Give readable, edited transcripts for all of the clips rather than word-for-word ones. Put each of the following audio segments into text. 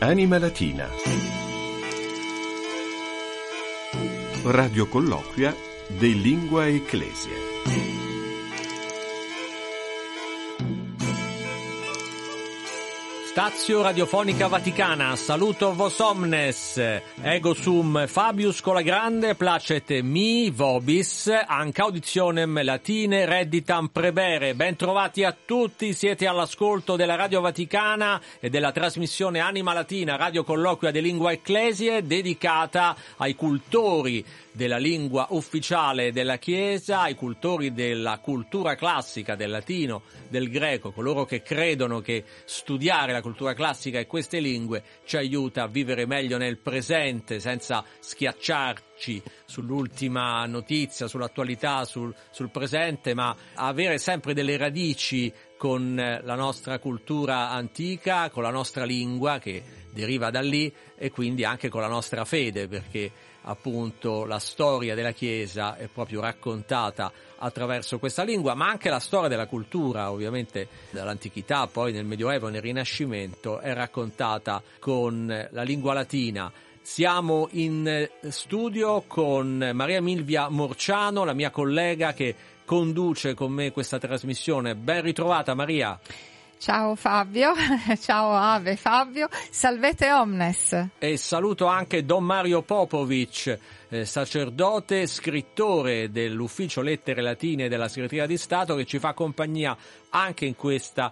Anima Latina. Radio colloquia de Lingua Ecclesia. Stazio Radiofonica Vaticana, saluto vos omnes, ego sum Fabius Colagrande, placet mi vobis, anc auditionem latine redditam prebere. Ben trovati a tutti, siete all'ascolto della Radio Vaticana e della trasmissione Anima Latina, Radio Colloquia de Lingua Ecclesie, dedicata ai cultori della lingua ufficiale della Chiesa, ai cultori della cultura classica, del latino, del greco, coloro che credono che studiare la cultura classica e queste lingue ci aiuta a vivere meglio nel presente senza schiacciarci sull'ultima notizia, sull'attualità, sul presente, ma avere sempre delle radici con la nostra cultura antica, con la nostra lingua che deriva da lì e quindi anche con la nostra fede, perché appunto la storia della Chiesa è proprio raccontata attraverso questa lingua, ma anche la storia della cultura, ovviamente dall'antichità, poi nel Medioevo, nel Rinascimento, è raccontata con la lingua latina. Siamo in studio con Maria Milvia Morciano, la mia collega che conduce con me questa trasmissione. Ben ritrovata Maria. Ciao Fabio, ciao Ave Fabio, salvete omnes. E saluto anche Don Mario Popovic, sacerdote, scrittore dell'Ufficio Lettere Latine della Segreteria di Stato, che ci fa compagnia anche in questa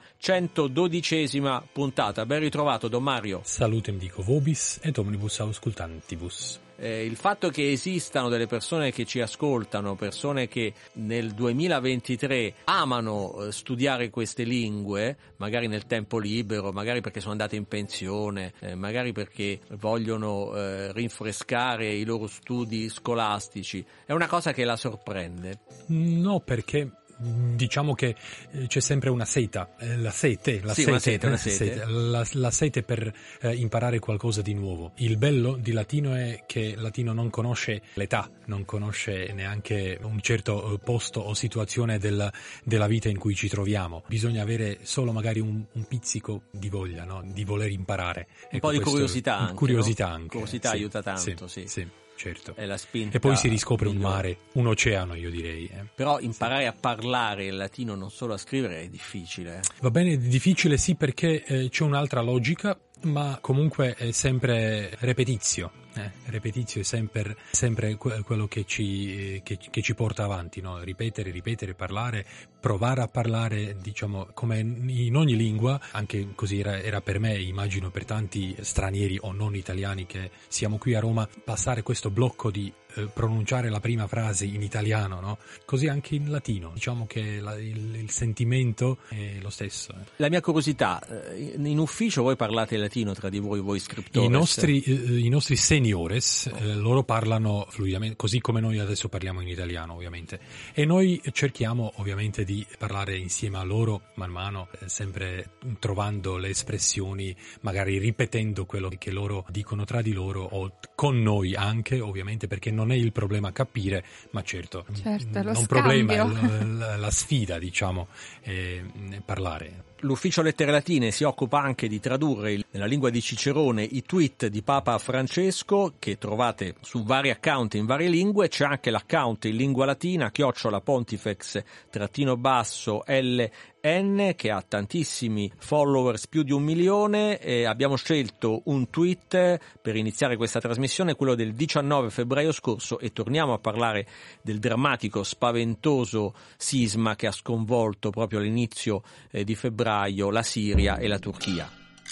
112esima puntata. Ben ritrovato Don Mario. Salutem dico vobis et omnibus auscultantibus. Il fatto che esistano delle persone che ci ascoltano, persone che nel 2023 amano studiare queste lingue, magari nel tempo libero, magari perché sono andate in pensione, magari perché vogliono rinfrescare i loro studi scolastici, è una cosa che la sorprende? No, perché diciamo che c'è sempre una sete per imparare qualcosa di nuovo. Il bello di latino è che il latino non conosce l'età, non conosce neanche un certo posto o situazione della vita in cui ci troviamo. Bisogna avere solo magari un pizzico di voglia, no? Di voler imparare. Un po' di curiosità anche. Curiosità sì, aiuta tanto, sì. Certo. È la spinta. E poi si riscopre un mare, un oceano, io direi. Però imparare a parlare il latino, non solo a scrivere, è difficile. Va bene, è difficile sì, perché c'è un'altra logica, ma comunque è sempre repetizio. Repetizio è sempre quello che ci porta avanti, no? Ripetere, parlare, provare a parlare, diciamo, come in ogni lingua. Anche così era per me, immagino per tanti stranieri o non italiani che siamo qui a Roma, passare questo blocco di pronunciare la prima frase in italiano, no? Così anche in latino, diciamo che il sentimento è lo stesso. La mia curiosità, in ufficio voi parlate latino tra di voi scriptores? I nostri seniores, loro parlano fluidamente, così come noi adesso parliamo in italiano ovviamente, e noi cerchiamo ovviamente di parlare insieme a loro man mano, sempre trovando le espressioni, magari ripetendo quello che loro dicono tra di loro o con noi anche, ovviamente, perché non è il problema capire, ma certo non problema, la sfida, diciamo, è parlare. L'Ufficio Lettere Latine si occupa anche di tradurre nella lingua di Cicerone i tweet di Papa Francesco, che trovate su vari account in varie lingue. C'è anche l'account in lingua latina @pontifex_LN, che ha tantissimi followers, più di 1 milione, e abbiamo scelto un tweet per iniziare questa trasmissione, quello del 19 febbraio scorso, e torniamo a parlare del drammatico, spaventoso sisma che ha sconvolto proprio all'inizio di febbraio la Siria e la Turchia.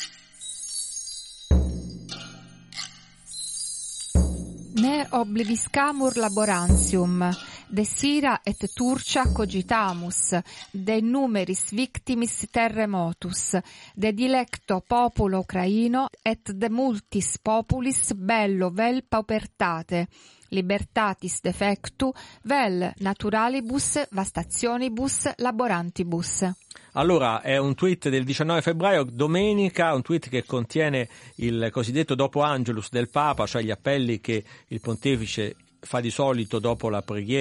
Ne obliviscamur laborantium, de Sira et Turcia cogitamus, de numeris victimis terremotus, de dilecto populo ucraino et de multis populis bello vel paupertate, libertatis defectu vel naturalibus vastationibus laborantibus. Allora, è un tweet del 19 febbraio, domenica, un tweet che contiene il cosiddetto dopo Angelus del Papa, cioè gli appelli che il pontefice fa di solito dopo la preghiera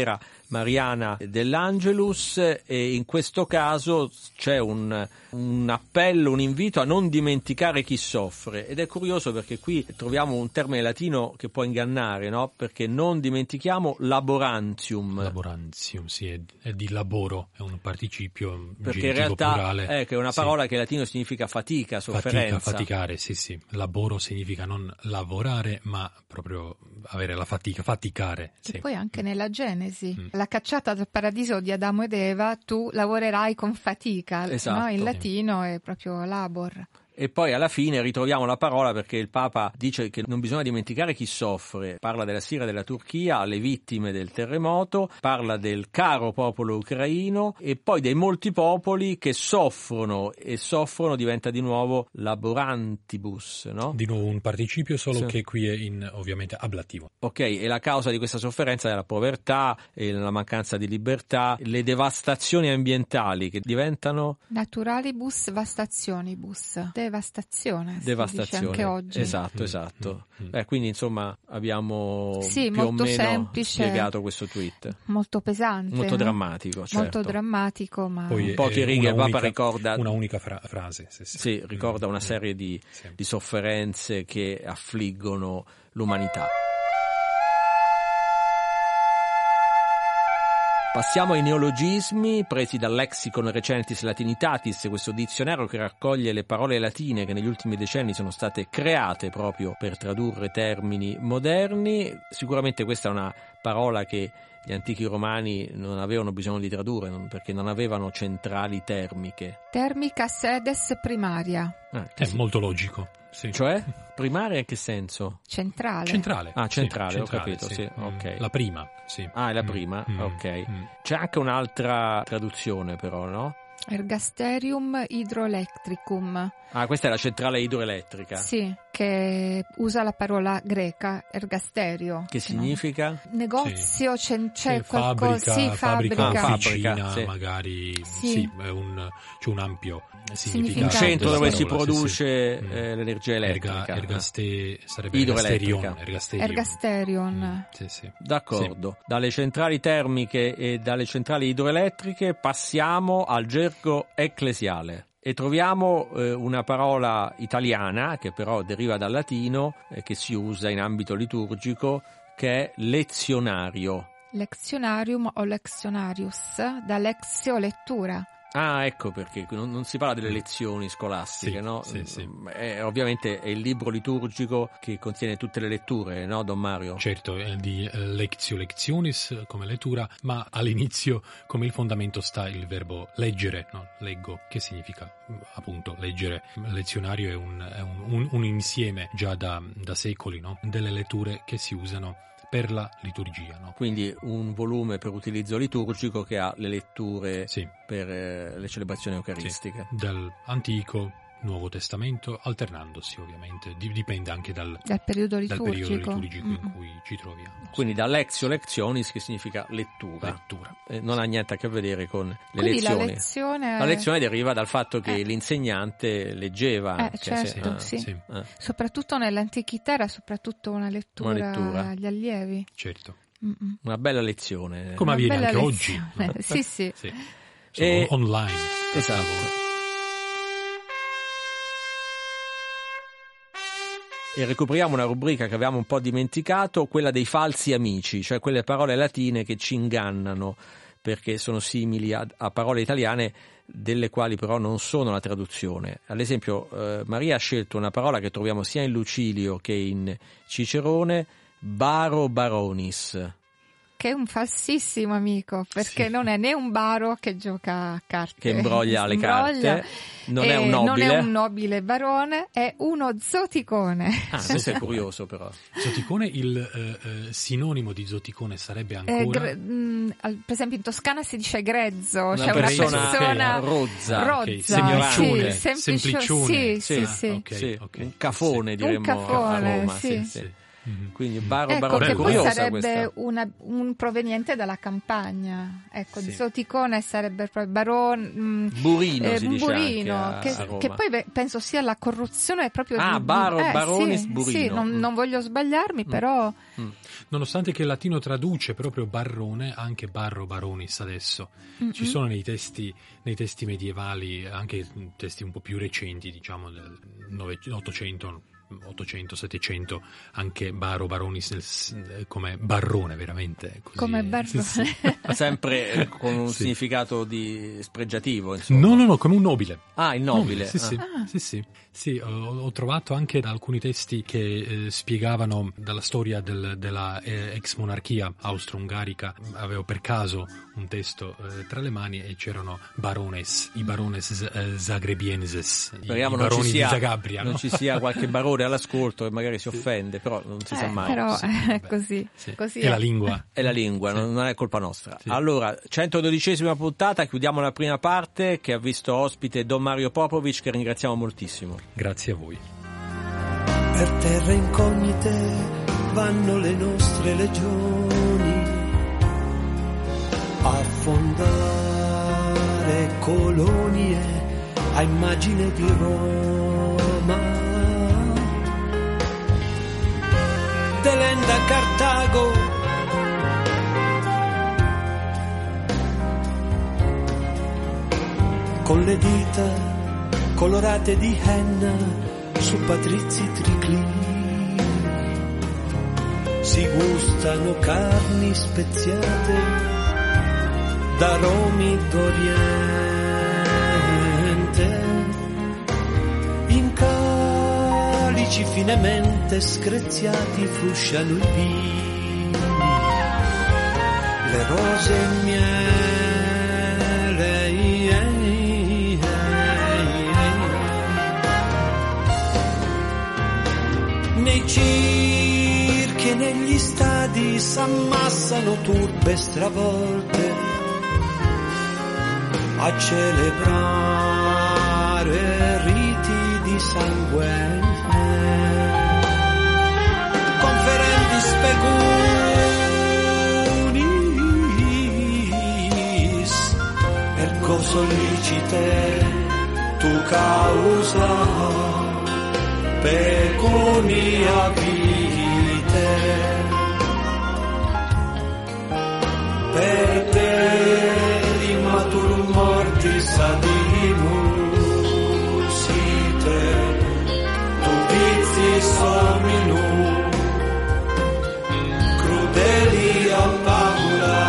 Mariana dell'Angelus, e in questo caso c'è un appello, un invito a non dimenticare chi soffre, ed è curioso perché qui troviamo un termine latino che può ingannare, no? Perché non dimentichiamo laborantium. Laborantium, sì, è di lavoro, è un participio perché in realtà plurale. Che è una parola che in latino significa fatica, sofferenza. Faticare, sì. Laboro significa non lavorare, ma proprio avere la fatica, faticare. E sì. poi anche nella Genesi, la cacciata dal paradiso di Adamo ed Eva, tu lavorerai con fatica, esatto. No? In latino è proprio labor. E poi alla fine ritroviamo la parola, perché il Papa dice che non bisogna dimenticare chi soffre. Parla della Siria e della Turchia, le vittime del terremoto, parla del caro popolo ucraino e poi dei molti popoli che soffrono, e soffrono diventa di nuovo laborantibus, no? Di nuovo un participio, solo sì. che qui è ovviamente ablativo. Ok, e la causa di questa sofferenza è la povertà e la mancanza di libertà, le devastazioni ambientali che diventano... Naturalibus vastationibus. Devastazione dice anche oggi. Esatto. Quindi insomma abbiamo più molto o meno semplice, spiegato questo tweet. Molto pesante. Molto drammatico, certo. Molto drammatico, ma... Poi in poche righe il Papa ricorda... Una unica frase. Sì, ricorda una serie di sofferenze che affliggono l'umanità. Passiamo ai neologismi presi dal Lexicon Recentis Latinitatis, questo dizionario che raccoglie le parole latine che negli ultimi decenni sono state create proprio per tradurre termini moderni. Sicuramente questa è una parola che gli antichi romani non avevano bisogno di tradurre, perché non avevano centrali termiche. Termica sedes primaria. È molto logico. Sì. Cioè? Primaria in che senso? Centrale. Ah, centrale, ho capito, sì. Ok. La prima, sì. Ah, è la prima? Ok. C'è anche un'altra traduzione però, no? Ergasterium hydroelectricum. Ah, questa è la centrale idroelettrica. Sì, che usa la parola greca ergasterio. Che significa? Negozio, c'è qualcosa. Fabbrica. Officina, sì. Magari. Sì, c'è un ampio significato. Un centro dove si parola, produce l'energia elettrica. Sarebbe idroelettrica. Ergasterion. Sì. D'accordo. Sì. Dalle centrali termiche e dalle centrali idroelettriche passiamo al gergo ecclesiale. E troviamo una parola italiana che però deriva dal latino che si usa in ambito liturgico, che è lezionario. Lezionarium o lezionarius, da lexio lettura. Ah, ecco perché non si parla delle lezioni scolastiche, no? Sì. Ovviamente è il libro liturgico che contiene tutte le letture, no, Don Mario? Certo, è di lectio lectionis come lettura, ma all'inizio come il fondamento sta il verbo leggere, no? Leggo, che significa appunto leggere. Il lezionario è un insieme già da secoli, no? Delle letture che si usano per la liturgia, no? Quindi un volume per utilizzo liturgico che ha le letture per le celebrazioni eucaristiche. Sì. Dall'Antico, Nuovo Testamento, alternandosi ovviamente, dipende anche dal periodo liturgico in cui ci troviamo. Quindi da lexio lectionis, che significa lettura. Non ha niente a che vedere con le lezioni. La lezione deriva dal fatto che l'insegnante leggeva. Certo, soprattutto nell'antichità era soprattutto una lettura agli allievi. Certo. Una bella lezione. Come avviene anche oggi. Sì. Sono online. Esatto. E recuperiamo una rubrica che avevamo un po' dimenticato, quella dei falsi amici, cioè quelle parole latine che ci ingannano perché sono simili a parole italiane delle quali però non sono la traduzione. Ad esempio Maria ha scelto una parola che troviamo sia in Lucilio che in Cicerone, baro baronis. Che è un falsissimo amico, perché non è né un baro che gioca a carte, che imbroglia le carte, non è un nobile barone, è uno zoticone. Questo è curioso però. Zoticone, il sinonimo di zoticone sarebbe ancora? Per esempio in Toscana si dice grezzo, una persona rozza, semplice, semplicione. Sì. Un cafone diremmo a Roma. Quindi Barro ecco, Barone, che poi curiosa sarebbe questa. un proveniente dalla campagna, ecco, Sì. di Soticone sarebbe proprio Barone, Burino si dice Burino, anche a Roma. che poi penso sia la corruzione proprio di Baronis sì, Burino. sì, non voglio sbagliarmi, però Nonostante che il latino traduce proprio barrone, anche barro, baronis adesso. Ci sono nei testi medievali, anche testi un po' più recenti, diciamo del 800, 700, anche baro, baronis come barrone, veramente. Così. come Barone. Sì. Sempre con un Sì. significato spregiativo, insomma. No, come un nobile. Ah, il nobile. Sì, ho trovato anche da alcuni testi che spiegavano dalla storia della ex monarchia austro-ungarica. Avevo per caso un testo tra le mani e c'erano barones, i barones zagrebienses, Speriamo i non baroni ci sia, di Zagabria. non no? ci sia qualche barone all'ascolto che magari si offende, però non si sa mai. Però Sì, è vabbè. così, Sì. così È la lingua. È la lingua, non è colpa nostra. Sì. Allora, 112esima puntata, chiudiamo la prima parte che ha visto ospite Don Mario Popovic, che ringraziamo moltissimo. Grazie a voi. Per terre incognite vanno le nostre legioni a fondare colonie a immagine di Roma. Delenda Cartago, con le dita colorate di henna su patrizi triclini, si gustano carni speziate d'aromi d'Oriente, in calici finemente screziati frusciano i vini, le rose in miele, nei circhi e negli stadi s'ammassano turbe stravolte a celebrare riti di sangue, conferenti specunis, ergo sollicite tu causa pecunia vite, per te immaturum mortis adimusite, tu vicis hominum, crudelia pagula,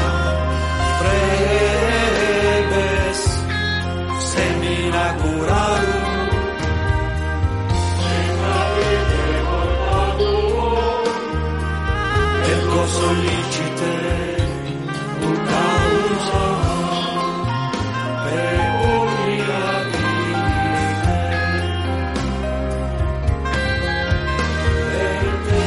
prebes semina curarum, sollicite tu causa pecunia vite, per te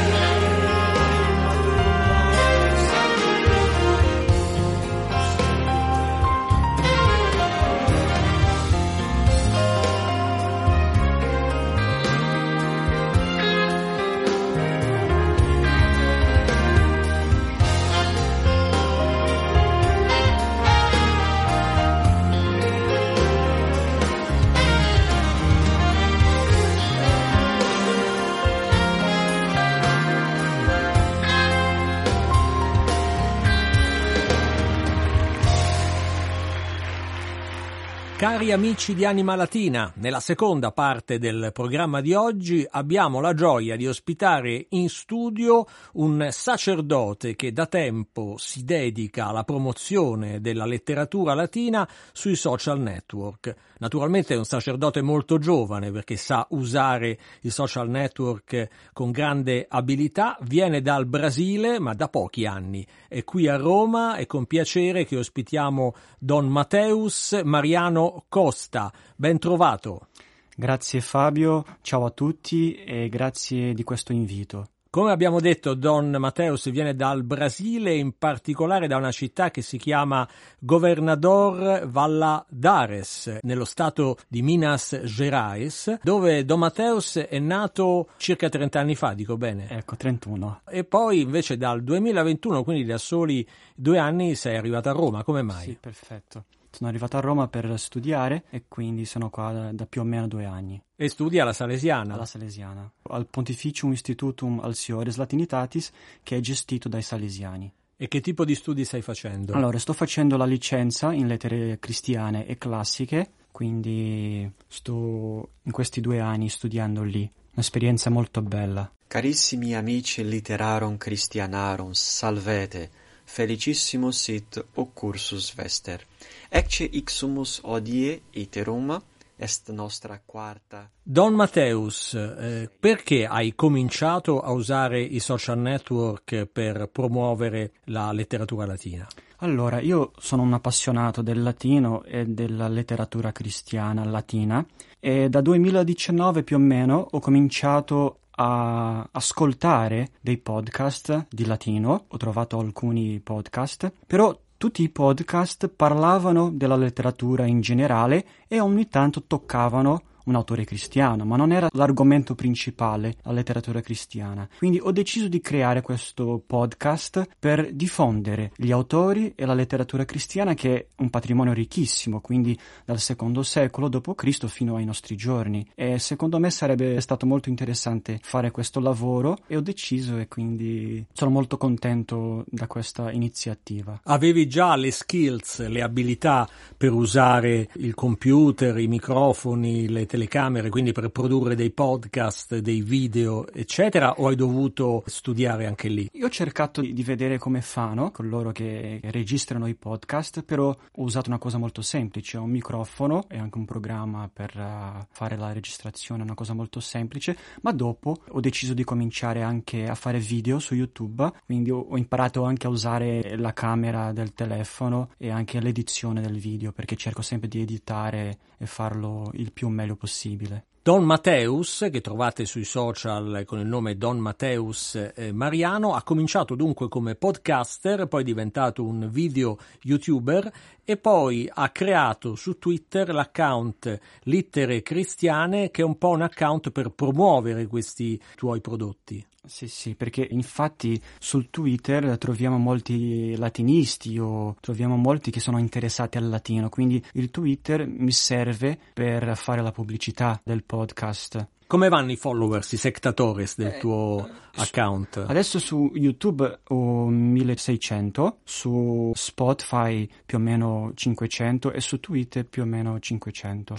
Cari amici di Anima Latina, nella seconda parte del programma di oggi abbiamo la gioia di ospitare in studio un sacerdote che da tempo si dedica alla promozione della letteratura latina sui social network. Naturalmente è un sacerdote molto giovane perché sa usare i social network con grande abilità, viene dal Brasile ma da pochi anni. È qui a Roma e con piacere che ospitiamo Don Mateus Mariano Costa. Ben trovato. Grazie Fabio, ciao a tutti e grazie di questo invito. Come abbiamo detto, Don Mateus viene dal Brasile, in particolare da una città che si chiama Governador Valadares, nello stato di Minas Gerais, dove Don Mateus è nato circa 30 anni fa, dico bene? Ecco, 31. E poi invece dal 2021, quindi da soli 2 anni, sei arrivato a Roma. Come mai? Sì, perfetto. Sono arrivato a Roma per studiare e quindi sono qua da più o meno 2 anni. E studi alla Salesiana? Alla Salesiana, al Pontificium Institutum Alciores Latinitatis, che è gestito dai salesiani. E che tipo di studi stai facendo? Allora, sto facendo la licenza in lettere cristiane e classiche, quindi sto in questi 2 anni studiando lì. Un'esperienza molto bella. Carissimi amici literarum Christianarum, salvete, felicissimo sit o cursus vester. Ecce ixumus hodie iterum est nostra quarta. Don Mateus, perché hai cominciato a usare i social network per promuovere la letteratura latina? Allora, io sono un appassionato del latino e della letteratura cristiana latina e da 2019 più o meno ho cominciato a ascoltare dei podcast di latino. Ho trovato alcuni podcast, però tutti i podcast parlavano della letteratura in generale e ogni tanto toccavano un autore cristiano, ma non era l'argomento principale, la letteratura cristiana. Quindi ho deciso di creare questo podcast per diffondere gli autori e la letteratura cristiana, che è un patrimonio ricchissimo, quindi dal secondo secolo d.C. fino ai nostri giorni. E secondo me sarebbe stato molto interessante fare questo lavoro e ho deciso, e quindi sono molto contento da questa iniziativa. Avevi già le skills, le abilità per usare il computer, i microfoni, le telecamere, quindi per produrre dei podcast, dei video, eccetera, o hai dovuto studiare anche lì? Io ho cercato di vedere come fanno coloro che registrano i podcast, però ho usato una cosa molto semplice, un microfono e anche un programma per fare la registrazione, una cosa molto semplice, ma dopo ho deciso di cominciare anche a fare video su YouTube, quindi ho imparato anche a usare la camera del telefono e anche l'edizione del video, perché cerco sempre di editare e farlo il più meglio possibile. Don Mateus, che trovate sui social con il nome Don Mateus Mariano, ha cominciato dunque come podcaster, poi è diventato un video youtuber e poi ha creato su Twitter l'account Littere Cristiane, che è un po' un account per promuovere questi tuoi prodotti. Sì, perché infatti sul Twitter troviamo molti latinisti o troviamo molti che sono interessati al latino, quindi il Twitter mi serve per fare la pubblicità del podcast. Come vanno i followers, i sectatores del tuo account? Adesso su YouTube ho 1600, su Spotify più o meno 500 e su Twitter più o meno 500.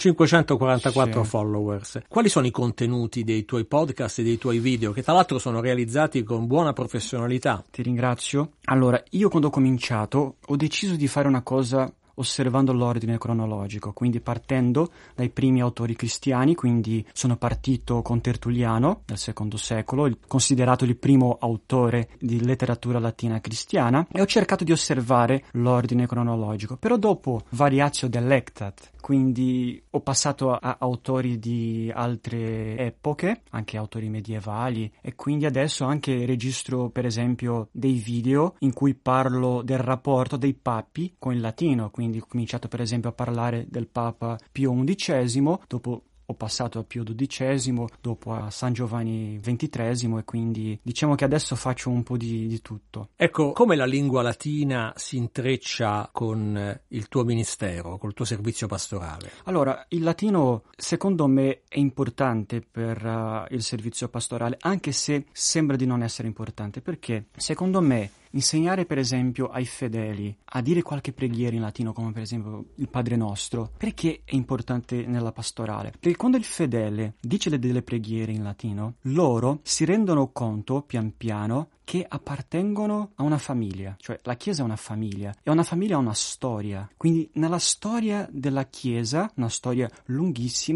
544 sì. Followers. Quali sono i contenuti dei tuoi podcast e dei tuoi video, che tra l'altro sono realizzati con buona professionalità? Ti ringrazio. Allora, io quando ho cominciato ho deciso di fare una cosa osservando l'ordine cronologico, quindi partendo dai primi autori cristiani, quindi sono partito con Tertulliano del secondo secolo, considerato il primo autore di letteratura latina cristiana, e ho cercato di osservare l'ordine cronologico, però dopo variatio delectat, quindi ho passato a autori di altre epoche, anche autori medievali, e quindi adesso anche registro per esempio dei video in cui parlo del rapporto dei papi con il latino, quindi ho cominciato per esempio a parlare del Papa Pio XI, dopo ho passato a Pio XII, dopo a San Giovanni XXIII, e quindi diciamo che adesso faccio un po' di tutto. Ecco, come la lingua latina si intreccia con il tuo ministero, col tuo servizio pastorale? Allora, il latino secondo me è importante per il servizio pastorale, anche se sembra di non essere importante, perché secondo me insegnare per esempio ai fedeli a dire qualche preghiera in latino, come per esempio il Padre Nostro, perché è importante nella pastorale? Perché quando il fedele dice delle preghiere in latino, loro si rendono conto pian piano che appartengono a una famiglia, cioè la Chiesa è una famiglia e una famiglia ha una storia, quindi nella storia della Chiesa, una storia lunghissima,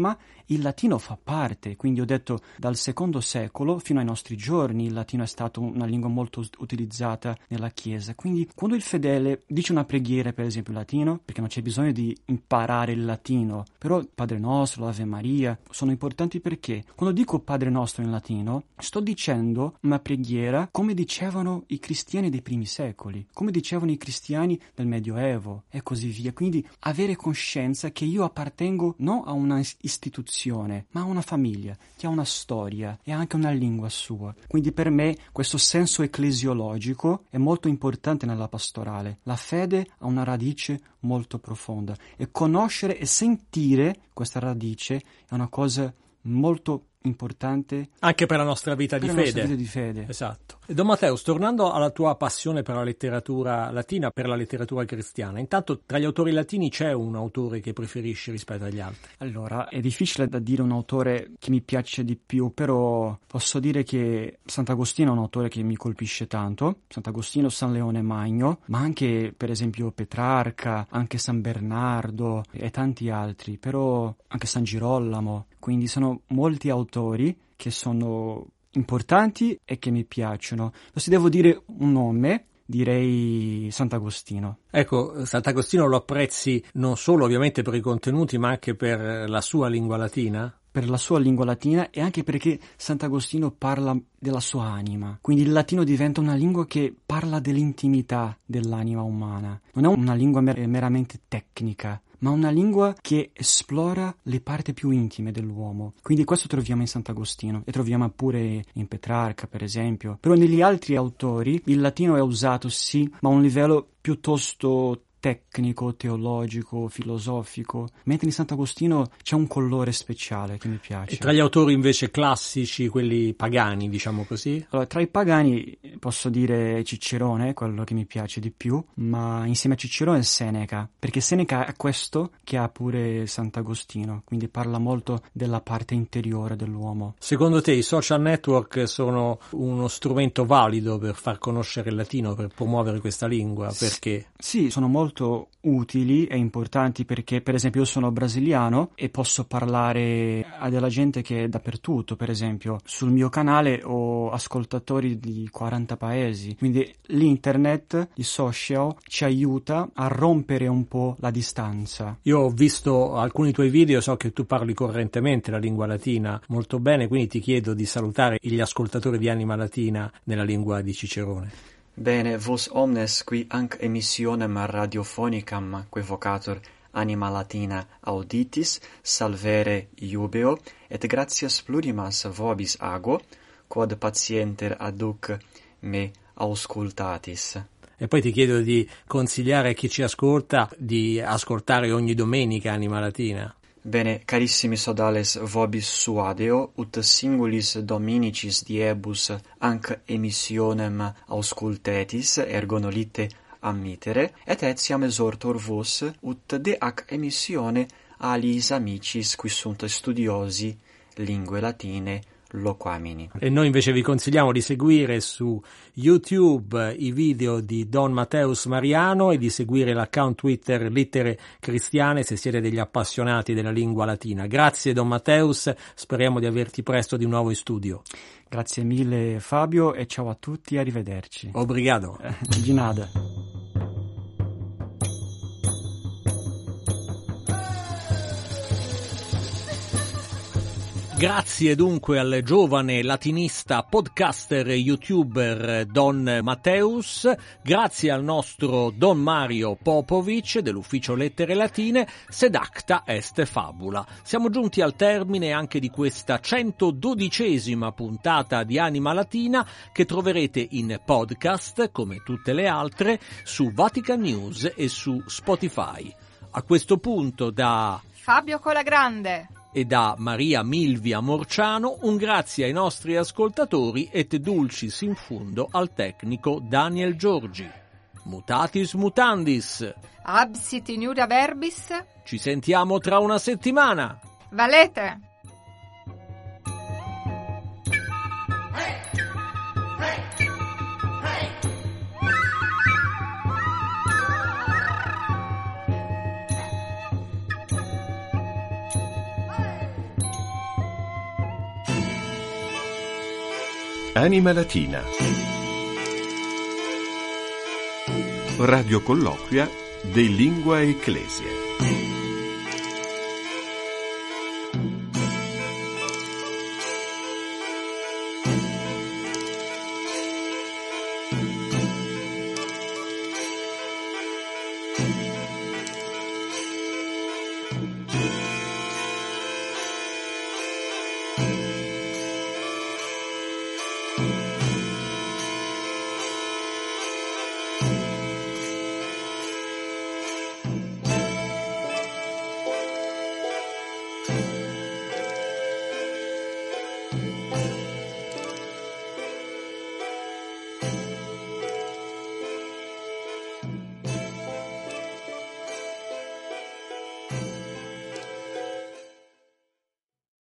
il latino fa parte, quindi ho detto dal secondo secolo fino ai nostri giorni il latino è stato una lingua molto utilizzata nella Chiesa, quindi quando il fedele dice una preghiera per esempio in latino, perché non c'è bisogno di imparare il latino, però Padre Nostro, l'Ave Maria sono importanti perché quando dico Padre Nostro in latino sto dicendo una preghiera come dicevano i cristiani dei primi secoli, come dicevano i cristiani del Medioevo e così via, quindi avere coscienza che io appartengo non a una istituzione ma a una famiglia che ha una storia e anche una lingua sua, quindi per me questo senso ecclesiologico è molto importante nella pastorale. La fede ha una radice molto profonda e conoscere e sentire questa radice è una cosa molto importante anche per la nostra vita di fede. Esatto. E Don Matteus, tornando alla tua passione per la letteratura latina, per la letteratura cristiana, intanto tra gli autori latini c'è un autore che preferisci rispetto agli altri? Allora, è difficile da dire un autore che mi piace di più, però posso dire che Sant'Agostino è un autore che mi colpisce tanto, Sant'Agostino, San Leone Magno, ma anche per esempio Petrarca, anche San Bernardo e tanti altri, però anche San Girolamo, quindi sono molti autori che sono importanti e che mi piacciono. Se devo dire un nome, direi Sant'Agostino. Ecco, Sant'Agostino lo apprezzi non solo ovviamente per i contenuti, ma anche per la sua lingua latina? Per la sua lingua latina e anche perché Sant'Agostino parla della sua anima. Quindi il latino diventa una lingua che parla dell'intimità dell'anima umana. Non è una lingua meramente tecnica, ma una lingua che esplora le parti più intime dell'uomo. Quindi questo troviamo in Sant'Agostino e troviamo pure in Petrarca, per esempio. Però negli altri autori il latino è usato sì, ma a un livello piuttosto tecnico, teologico, filosofico, mentre in Sant'Agostino c'è un colore speciale che mi piace. E tra gli autori invece classici, quelli pagani, diciamo così? Allora, tra i pagani posso dire Cicerone, quello che mi piace di più, ma insieme a Cicerone Seneca, perché Seneca è questo che ha pure Sant'Agostino, quindi parla molto della parte interiore dell'uomo. Secondo te i social network sono uno strumento valido per far conoscere il latino, per promuovere questa lingua? Perché? Sì, sono molto utili e importanti perché per esempio io sono brasiliano e posso parlare a della gente che è dappertutto. Per esempio sul mio canale ho ascoltatori di 40 paesi, quindi l'internet, i social ci aiuta a rompere un po' la distanza. Io ho visto alcuni tuoi video, so che tu parli correntemente la lingua latina molto bene, quindi ti chiedo di salutare gli ascoltatori di Anima Latina nella lingua di Cicerone. Bene, vos omnes qui anc emissionem radiofonicam que vocator Anima Latina auditis, salvere iubeo, et gratias plurimas vobis ago, quod patienter adduc me auscultatis. E poi ti chiedo di consigliare a chi ci ascolta di ascoltare ogni domenica Anima Latina. Bene, carissimi sodales vobis suadeo, ut singulis dominicis diebus anc emissionem auscultetis, ergo nolite ammitere, et etiam exhortor vos, ut de ac emissione aliis amicis qui sunt studiosi lingue latine loquamini. E noi invece vi consigliamo di seguire su YouTube i video di Don Matteus Mariano e di seguire l'account Twitter Lettere Cristiane se siete degli appassionati della lingua latina. Grazie Don Matteus, speriamo di averti presto di nuovo in studio. Grazie mille Fabio e ciao a tutti, arrivederci. Obrigado. Di nada. Grazie dunque al giovane latinista, podcaster e youtuber Don Matteus, grazie al nostro Don Mario Popovic dell'ufficio Lettere Latine, sed acta est fabula. Siamo giunti al termine anche di questa 112esima puntata di Anima Latina che troverete in podcast, come tutte le altre, su Vatican News e su Spotify. A questo punto da Fabio Colagrande e da Maria Milvia Morciano un grazie ai nostri ascoltatori et dulcis in fundo al tecnico Daniel Giorgi. Mutatis mutandis. Absit in iura verbis. Ci sentiamo tra una settimana. Valete. Anima Latina. Radio colloquia de Lingua Ecclesia.